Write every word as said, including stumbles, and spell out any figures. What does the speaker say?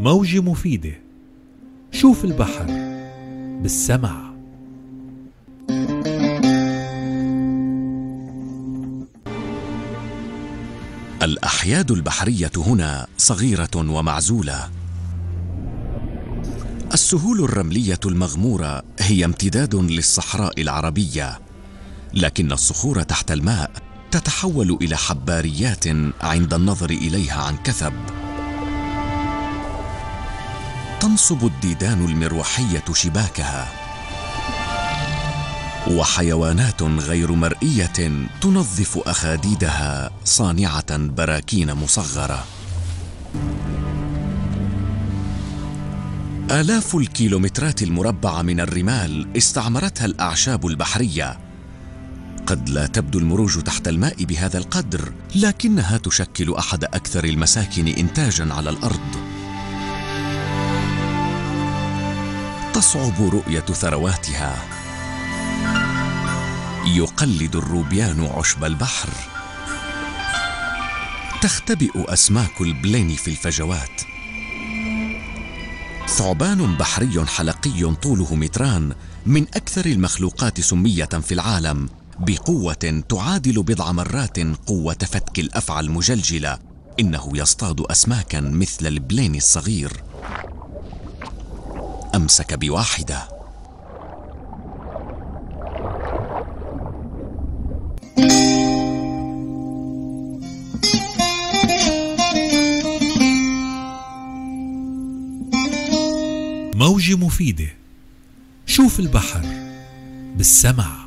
موجة مفيدة. شوف البحر بالسمع. الأحياد البحرية هنا صغيرة ومعزولة. السهول الرملية المغمورة هي امتداد للصحراء العربية، لكن الصخور تحت الماء تتحول إلى حباريات عند النظر إليها عن كثب. تنصب الديدان المروحية شباكها، وحيوانات غير مرئية تنظف أخاديدها صانعة براكين مصغرة. آلاف الكيلومترات المربعة من الرمال استعمرتها الأعشاب البحرية. قد لا تبدو المروج تحت الماء بهذا القدر، لكنها تشكل أحد أكثر المساكن إنتاجاً على الأرض. تصعب رؤية ثرواتها. يقلد الروبيان عشب البحر. تختبئ أسماك البليني في الفجوات. ثعبان بحري حلقي طوله متران من أكثر المخلوقات سمية في العالم، بقوة تعادل بضع مرات قوة فتك الأفعى المجلجلة. إنه يصطاد أسماكا مثل البليني الصغير. أمسك بواحدة. موجة مفيدة. شوف البحر بالسمع.